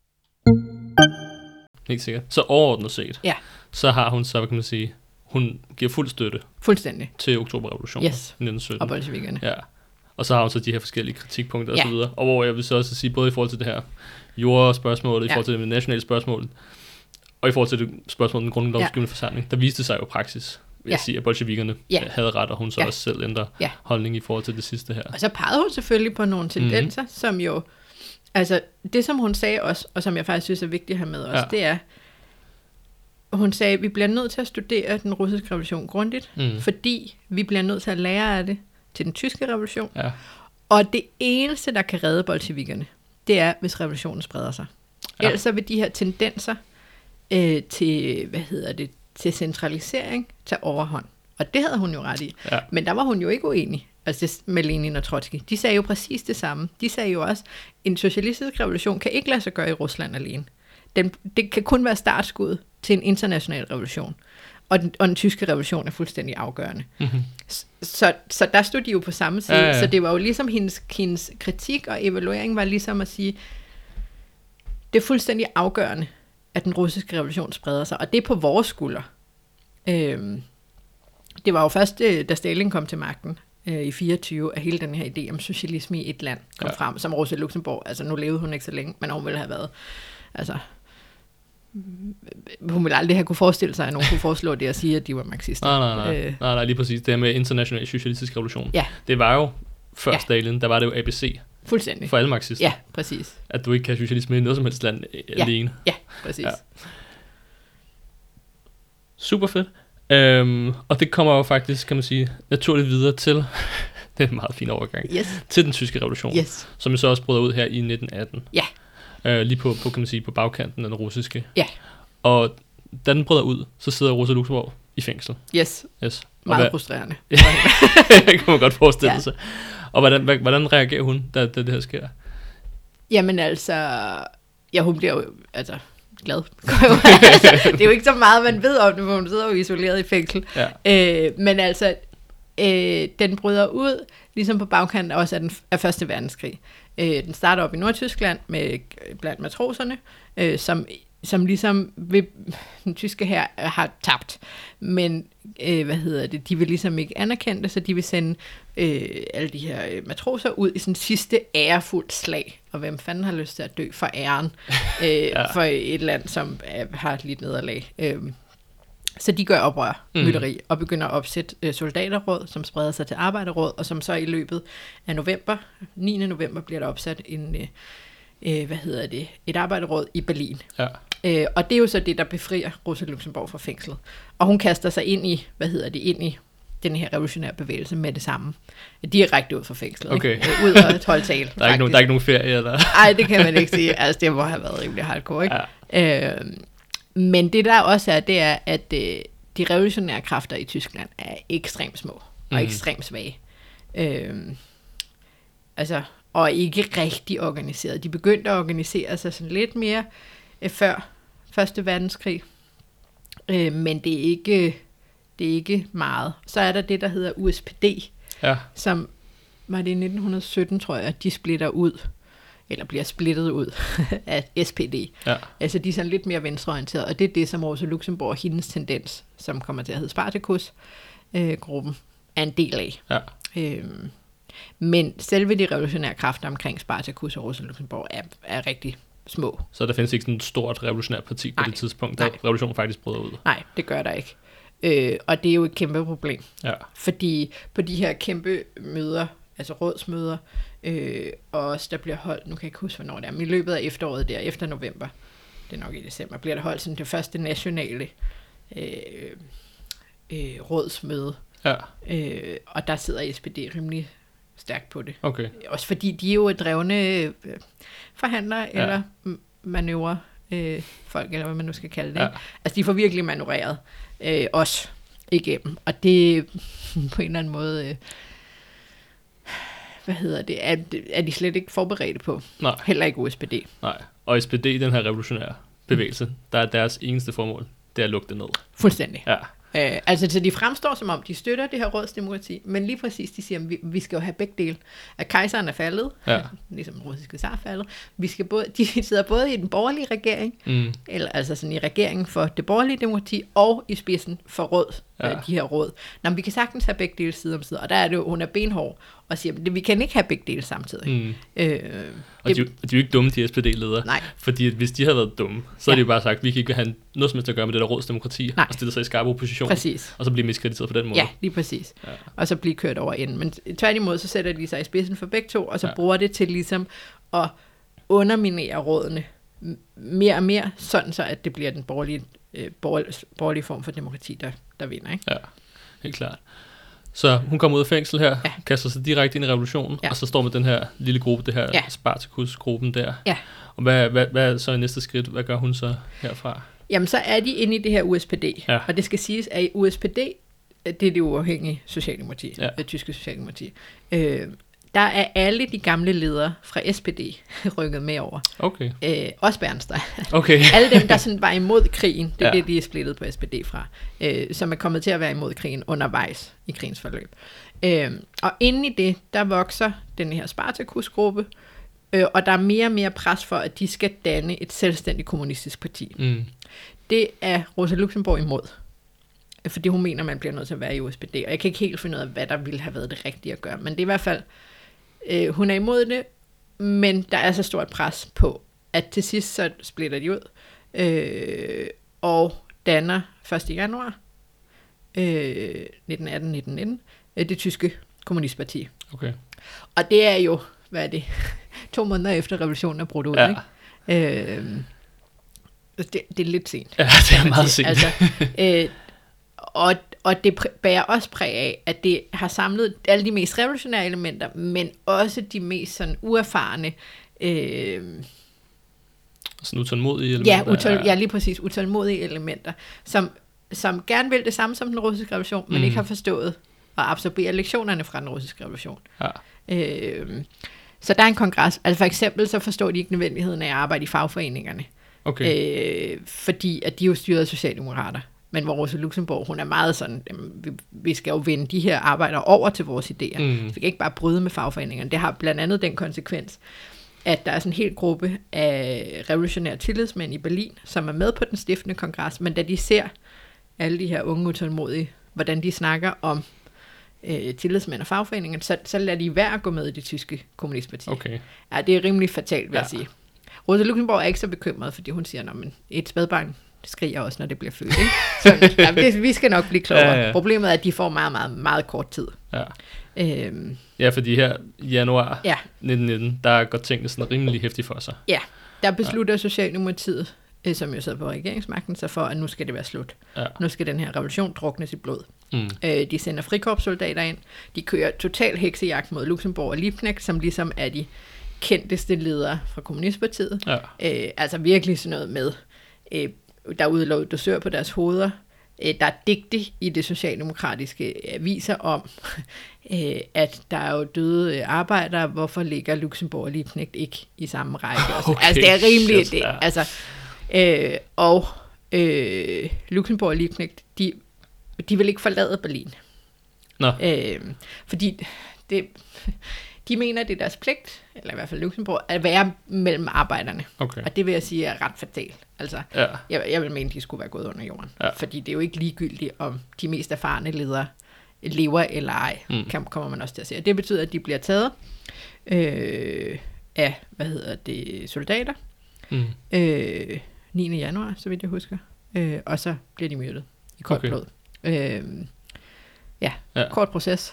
Helt sikkert. Så overordnet set, så har hun så, hvad kan man sige, hun giver fuld støtte fuldstændig til oktoberrevolutionen i 1917. Og bolsjevikerne. Ja. Og så har hun så de her forskellige kritikpunkter og så videre. Og hvor jeg vil så også sige, både i forhold til det her jordspørgsmål, i forhold til det nationale spørgsmål, og i forhold til det spørgsmål om den grundlovsgivende forsamling, der viste sig jo praksis, vil jeg sige, at bolsjevikerne havde ret, og hun så også selv ændrer holdning i forhold til det sidste her. Og så pegede hun selvfølgelig på nogle tendenser, som jo, altså det som hun sagde også, og som jeg faktisk synes er vigtigt at have med os, det er, hun sagde, at vi bliver nødt til at studere den russiske revolution grundigt, fordi vi bliver nødt til at lære af det til den tyske revolution. Ja. Og det eneste, der kan redde bolsjevikerne, det er, hvis revolutionen spreder sig. Ja. Ellers så vil de her tendenser til, til centralisering, til overhånd. Og det havde hun jo ret i. Ja. Men der var hun jo ikke uenig, altså med Lenin og Trotsky. De sagde jo præcis det samme. De sagde jo også, en socialistisk revolution kan ikke lade sig gøre i Rusland alene. Det kan kun være startskuddet til en international revolution. Og den tyske revolution er fuldstændig afgørende. Mm-hmm. Så der stod de jo på samme side. Ja. Så det var jo ligesom hendes kritik og evaluering var ligesom at sige, det er fuldstændig afgørende, at den russiske revolution spreder sig. Og det er på vores skulder. Det var jo først, da Stalin kom til magten i 24, at hele den her idé om socialisme i et land kom frem, som Rosa Luxemburg. Altså nu levede hun ikke så længe, men hun ville have været... Altså, hun ville aldrig have kunne forestille sig, at nogen kunne foreslå det og sige, at de var marxister. Nej, lige præcis. Det her med international socialistisk revolution. Ja. Det var jo før Stalin, der var det jo ABC. Fuldstændig. For alle marxister. Ja, præcis. At du ikke kan socialisme i noget som helst land alene. Ja, præcis. Ja. Super fedt. Og det kommer jo faktisk, kan man sige, naturligt videre til, det er en meget fin overgang, til den tyske revolution, som jo så også bryder ud her i 1918. Ja. Lige på, kan man sige, på bagkanten af den russiske. Ja. Og da den bryder ud, så sidder Rosa Luxemburg i fængsel. Yes. Meget frustrerende. Det kan man godt forestille sig. Og hvordan reagerer hun, da det her sker? Jamen altså, hun bliver jo glad. Det er jo ikke så meget, man ved om det, for hun sidder jo isoleret i fængsel. Ja. Men altså, den bryder ud, ligesom på bagkanten også af Første Verdenskrig. Den starter op i Nordtyskland blandt matroserne, som ligesom den tyske hær har tabt. Men de vil ligesom ikke anerkende det, så de vil sende alle de her matroser ud i sådan sidste ærefuldt slag. Og hvem fanden har lyst til at dø for æren for et land, som har et lidt nederlag. Så de gør oprør, mytteri, og begynder at opsætte soldaterråd, som spreder sig til arbejderråd, og som så i løbet af november, 9. november, bliver der opsat et arbejderråd i Berlin. Ja. Og det er jo så det, der befrier Rosa Luxemburg fra fængslet. Og hun kaster sig ind i, ind i den her revolutionære bevægelse med det samme. Direkte ud fra fængslet. Okay. Ud og holde tale. Der er ikke nogen ferie, eller? Nej, det kan man ikke sige. Altså, det må have været rimelig hardcore, ikke? Ja. Men det der også er, det er, at de revolutionære kræfter i Tyskland er ekstremt små og ekstremt svage. Og ikke rigtig organiseret. De begyndte at organisere sig sådan lidt mere før Første Verdenskrig, men det er ikke meget. Så er der det, der hedder USPD, som var det i 1917, tror jeg, de splitter ud, eller bliver splittet ud af SPD. Ja. Altså de er sådan lidt mere venstreorienteret, og det er det, som Rosa Luxemburg og hendes tendens, som kommer til at hedde Spartacus-gruppen, er en del af. Ja. Men selve de revolutionære kræfter omkring Spartacus og Rosa Luxemburg er rigtig små. Så der findes ikke sådan et stort revolutionært parti på det tidspunkt, da revolutionen faktisk bryder ud? Nej, det gør der ikke. Og det er jo et kæmpe problem. Ja. Fordi på de her kæmpe møder, altså rådsmøder, og også der bliver holdt, nu kan jeg ikke huske, hvornår det er, men i løbet af efteråret der, efter november, det er nok i december, bliver der holdt sådan det første nationale rådsmøde. Ja. Og der sidder SPD rimelig stærkt på det. Okay. Også fordi de er jo drevne forhandlere eller manøvre folk, eller hvad man nu skal kalde det. Ja. Altså de får virkelig manøvreret os igennem. Og det på en eller anden måde er de slet ikke forberedte på. Nej. Heller ikke USPD. Nej. Og SPD, den her revolutionære bevægelse, der er deres eneste formål, det er at lukke det ned. Fuldstændig. Ja. Så de fremstår som om, de støtter det her rådsdemokrati, men lige præcis, de siger, at vi skal jo have begge dele. At kejseren er faldet, ligesom den russiske zar er faldet. De sidder både i den borgerlige regering, eller altså sådan i regeringen for det borgerlige demokrati, og i spidsen for råd, de her råd. Nå, men vi kan sagtens have begge dele side om side, og der er det jo, hun er benhård, og siger, at vi kan ikke have begge dele samtidig. Og de er jo ikke dumme, de SPD-ledere. Nej. Fordi hvis de havde været dumme, så havde de jo bare sagt, at vi kan ikke have noget som helst at gøre med det der rådsdemokrati, og stille sig i skarp opposition, præcis. Og så blive miskrediteret på den måde. Ja, lige præcis. Ja. Og så blive kørt over ind. Men tværtimod, så sætter de sig i spidsen for begge to, og så bruger det til ligesom at underminere rådene mere og mere, sådan så at det bliver den borgerlige form for demokrati, der vinder. Ikke? Ja, helt klart. Så hun kommer ud af fængsel her, kaster sig direkte ind i revolutionen, og så står med den her lille gruppe, det her Spartacus-gruppen der. Ja. Og hvad er så i næste skridt? Hvad gør hun så herfra? Jamen, så er de inde i det her USPD. Ja. Og det skal siges, at i USPD, det er det uafhængige socialdemokrati, det tyske socialdemokrati, der er alle de gamle ledere fra SPD rykket med over. Okay. Også Bernstein. Okay. Alle dem, der sådan var imod krigen, det er det, de er splittet på SPD fra, som er kommet til at være imod krigen undervejs i krigens forløb. Og inde i det, der vokser den her Spartacus-gruppe, og der er mere og mere pres for, at de skal danne et selvstændigt kommunistisk parti. Mm. Det er Rosa Luxemburg imod, fordi hun mener, man bliver nødt til at være i USPD, og jeg kan ikke helt finde ud af, hvad der ville have været det rigtige at gøre, men det er i hvert fald, hun er imod det, men der er så stort pres på, at til sidst så splitter de ud, og danner 1. januar 1918-1919 det tyske kommunistparti. Okay. Og det er jo, hvad er det, 2 måneder efter revolutionen er brudt ud, ikke? Det er lidt sent. Ja, det er meget sent. Altså, og det bærer også præg af, at det har samlet alle de mest revolutionære elementer, men også de mest sådan uerfarne... sådan utålmodige elementer. Ja, lige præcis, utålmodige elementer, som gerne vil det samme som den russiske revolution, men ikke har forstået at absorbere lektionerne fra den russiske revolution. Ja. Så der er en kongres. Altså for eksempel, så forstår de ikke nødvendigheden af at arbejde i fagforeningerne. Okay. Fordi at de er jo styret af socialdemokrater. Men hvor Rosa Luxemburg, hun er meget sådan, vi skal jo vende de her arbejdere over til vores idéer. Vi kan ikke bare bryde med fagforeningerne. Det har blandt andet den konsekvens, at der er sådan en hel gruppe af revolutionære tillidsmænd i Berlin, som er med på den stiftende kongres, men da de ser alle de her unge utålmodige, hvordan de snakker om tillidsmænd og fagforeninger, så lader de være at gå med i det tyske kommunistparti. Okay. Ja, det er rimelig fatalt, vil jeg sige. Rosa Luxemburg er ikke så bekymret, fordi hun siger, at et spædbarn skriger også, når det bliver født. Ikke? Så vi skal nok blive klogere. Ja. Problemet er, at de får meget, meget, meget kort tid. Ja, ja, fordi her i januar 1919, der går tingene sådan rimelig hæftigt for sig. Ja, der beslutter Socialdemokratiet, som jo sad på regeringsmagten, så for, at nu skal det være slut. Ja. Nu skal den her revolution druknes i blod. De sender frikorpssoldater ind. De kører total heksejagt mod Luxemburg og Liebknecht, som ligesom er de kendteste ledere fra Kommunistpartiet. Ja. Altså virkelig sådan noget med, der udlå dosør på deres hoveder. Der er digte i det socialdemokratiske aviser om, at der er jo døde arbejdere, hvorfor ligger Luxemburg og Liebknecht ikke i samme række? Okay, altså det er rimeligt. Det, altså, Luxemburg og Liebknecht, de vil ikke forlade Berlin. Nå. Fordi de mener, det er deres pligt, eller i hvert fald Luxemburg, at være mellem arbejderne. Okay. Og det vil jeg sige er ret fatalt. Altså, jeg vil mene, de skulle være gået under jorden. Ja. Fordi det er jo ikke ligegyldigt, om de mest erfarne ledere lever eller ej, kommer man også til at se. Og det betyder, at de bliver taget af, soldater. 9. januar, så vidt jeg husker. Og så bliver de myrdet i koldt blod. Kort proces.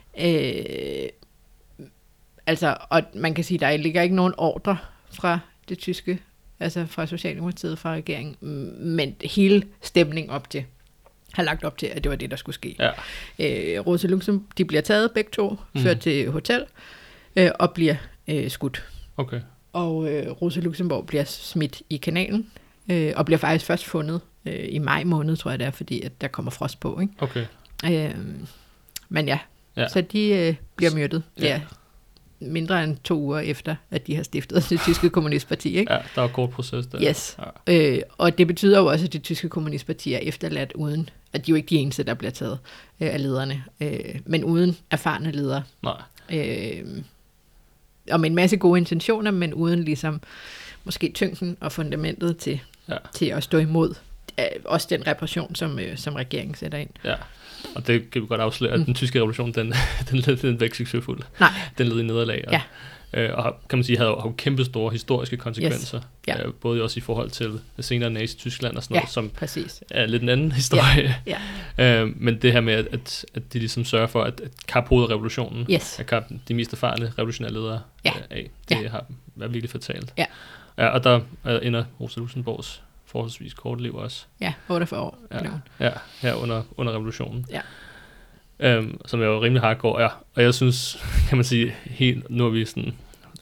Altså, og man kan sige, der ligger ikke nogen ordre fra det tyske, altså fra Socialdemokratiet, fra regeringen, men hele stemningen op til, har lagt op til, at det var det, der skulle ske. Ja. Rosa Luxemburg, de bliver taget begge to, ført til hotel, og bliver skudt. Okay. Og Rosa Luxemburg bliver smidt i kanalen, og bliver faktisk først fundet i maj måned, tror jeg det er, fordi at der kommer frost på, ikke? Okay. Men så de bliver myrdet. Ja. Mindre end 2 uger efter, at de har stiftet det tyske kommunistparti, ikke? Ja, der er en kort proces der. Yes. Ja. Og det betyder jo også, at det tyske kommunistparti er efterladt uden, at de jo ikke de eneste, der bliver taget af lederne, men uden erfarne ledere. Nej. Og med en masse gode intentioner, men uden ligesom måske tyngden og fundamentet til at stå imod også den repression, som regeringen sætter ind. Ja. Og det kan vi godt afsløre, at den tyske revolution, den led ikke succesfuld. Nej. Den led i nederlag. Og kan man sige, havde jo kæmpe store historiske konsekvenser. Yes. Både også i forhold til det senere Nazi-Tyskland og sådan noget, som er lidt en anden historie. Men det her med, at de ligesom sørger for, at kappe hovedrevolutionen, at kappe de mest erfarne revolutionære ledere af, det har været virkelig fatalt. Og der ender Rosa Luxemburgs forholdsvis kort liv også. Ja, 48 år. Ja, under revolutionen. Ja. Som er jo rimelig hardcore, og jeg synes, kan man sige, nu er vi sådan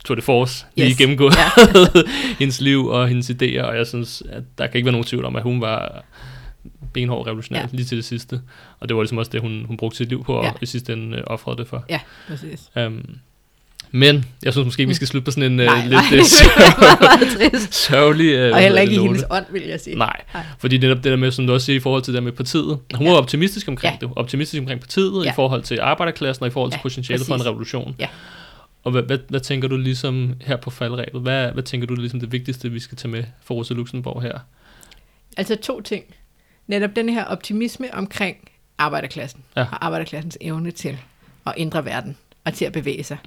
Tour de Force, lige gennemgået hendes liv og hendes idéer, og jeg synes, at der kan ikke være nogen tvivl om, at hun var benhård revolutionær lige til det sidste. Og det var ligesom også det, hun brugte sit liv på, og i sidste ende offrede det for. Ja, præcis. Men jeg synes måske, vi skal slutte på sådan en lidt sørgelig og heller ikke i hendes ånd, vil jeg sige. Nej, fordi det der med, som du også siger, i forhold til det med partiet. Hun var optimistisk omkring det. Optimistisk omkring partiet, i forhold til arbejderklassen, og i forhold til potentialet for en revolution. Ja. Og hvad tænker du ligesom her på faldrebet? Hvad tænker du ligesom det vigtigste, vi skal tage med for Rosa Luxemburg her? Altså 2 ting. Netop den her optimisme omkring arbejderklassen, og arbejderklassens evne til at ændre verden, og til at bevæge sig.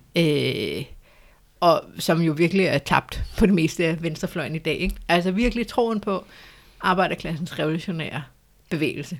Og som jo virkelig er tabt på det meste af venstrefløjen i dag. Ikke? Altså virkelig troen på arbejderklassens revolutionære bevægelse.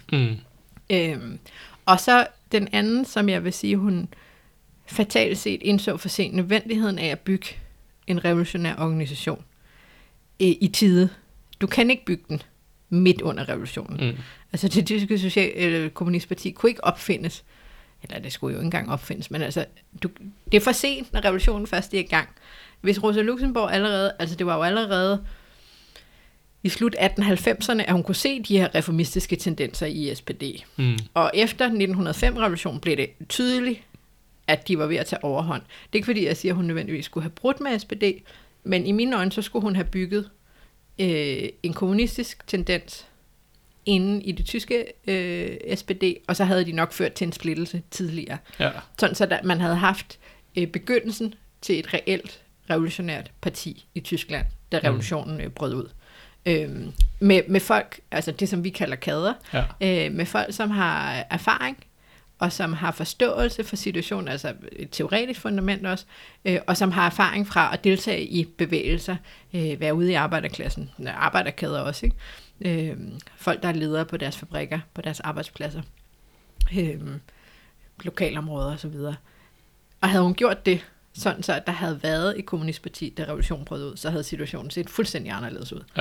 Og så den anden, som jeg vil sige, hun fatalt set indså for sent nødvendigheden af at bygge en revolutionær organisation i tide. Du kan ikke bygge den midt under revolutionen. Altså det tyske kommunistparti kunne ikke opfindes, eller det skulle jo ikke engang opfindes, men altså, det er for sent, når revolutionen først er i gang. Hvis Rosa Luxemburg allerede, altså det var jo allerede i slut 1890'erne, at hun kunne se de her reformistiske tendenser i SPD. Og efter 1905-revolutionen blev det tydeligt, at de var ved at tage overhånd. Det er ikke fordi, jeg siger, at hun nødvendigvis skulle have brudt med SPD, men i mine øjne, så skulle hun have bygget en kommunistisk tendens inde i det tyske SPD, og så havde de nok ført til en splittelse tidligere. Ja. Sådan så man havde haft begyndelsen til et reelt revolutionært parti i Tyskland, da revolutionen brød ud. Med folk, altså det som vi kalder kader, med folk, som har erfaring, og som har forståelse for situationen, altså et teoretisk fundament også, og som har erfaring fra at deltage i bevægelser, være ude i arbejderklassen, arbejderkæder også, ikke? Folk, der er ledere på deres fabrikker, på deres arbejdspladser, lokalområder osv. Og havde hun gjort det, sådan så at der havde været et kommunistparti, da revolutionen brød ud, så havde situationen set fuldstændig anderledes ud.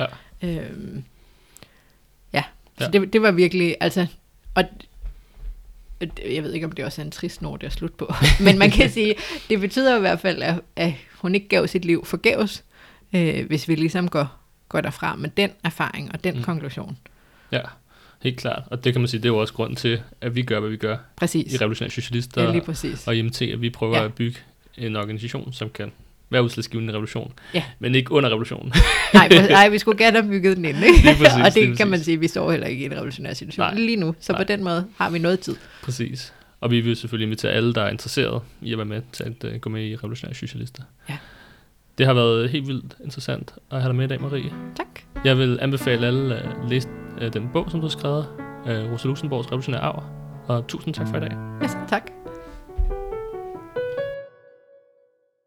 Så det var virkelig, altså, og jeg ved ikke, om det også er en trist note at slutte på, men man kan sige, det betyder i hvert fald, at hun ikke gav sit liv forgæves, hvis vi ligesom går derfra med den erfaring og den konklusion. Ja, helt klart. Og det kan man sige, det er jo også grunden til, at vi gør, hvad vi gør. Præcis. I Revolutionære Socialister og IMT, at vi prøver at bygge en organisation, som kan være udslagsgivende i revolution, men ikke under revolutionen. Nej, vi skulle gerne have bygget den ind, ikke? Præcis, og det kan man sige, vi står heller ikke i en revolutionær situation lige nu, så på den måde har vi noget tid. Præcis. Og vi vil selvfølgelig invitere alle, der er interesseret i at være med til at gå med i Revolutionære Socialister. Ja. Det har været helt vildt interessant at have dig med i dag, Marie. Tak. Jeg vil anbefale alle at læse den bog, som du har skrevet, Rosa Luxemburgs Revolutionære Arv, og tusind tak for i dag. Ja, tak.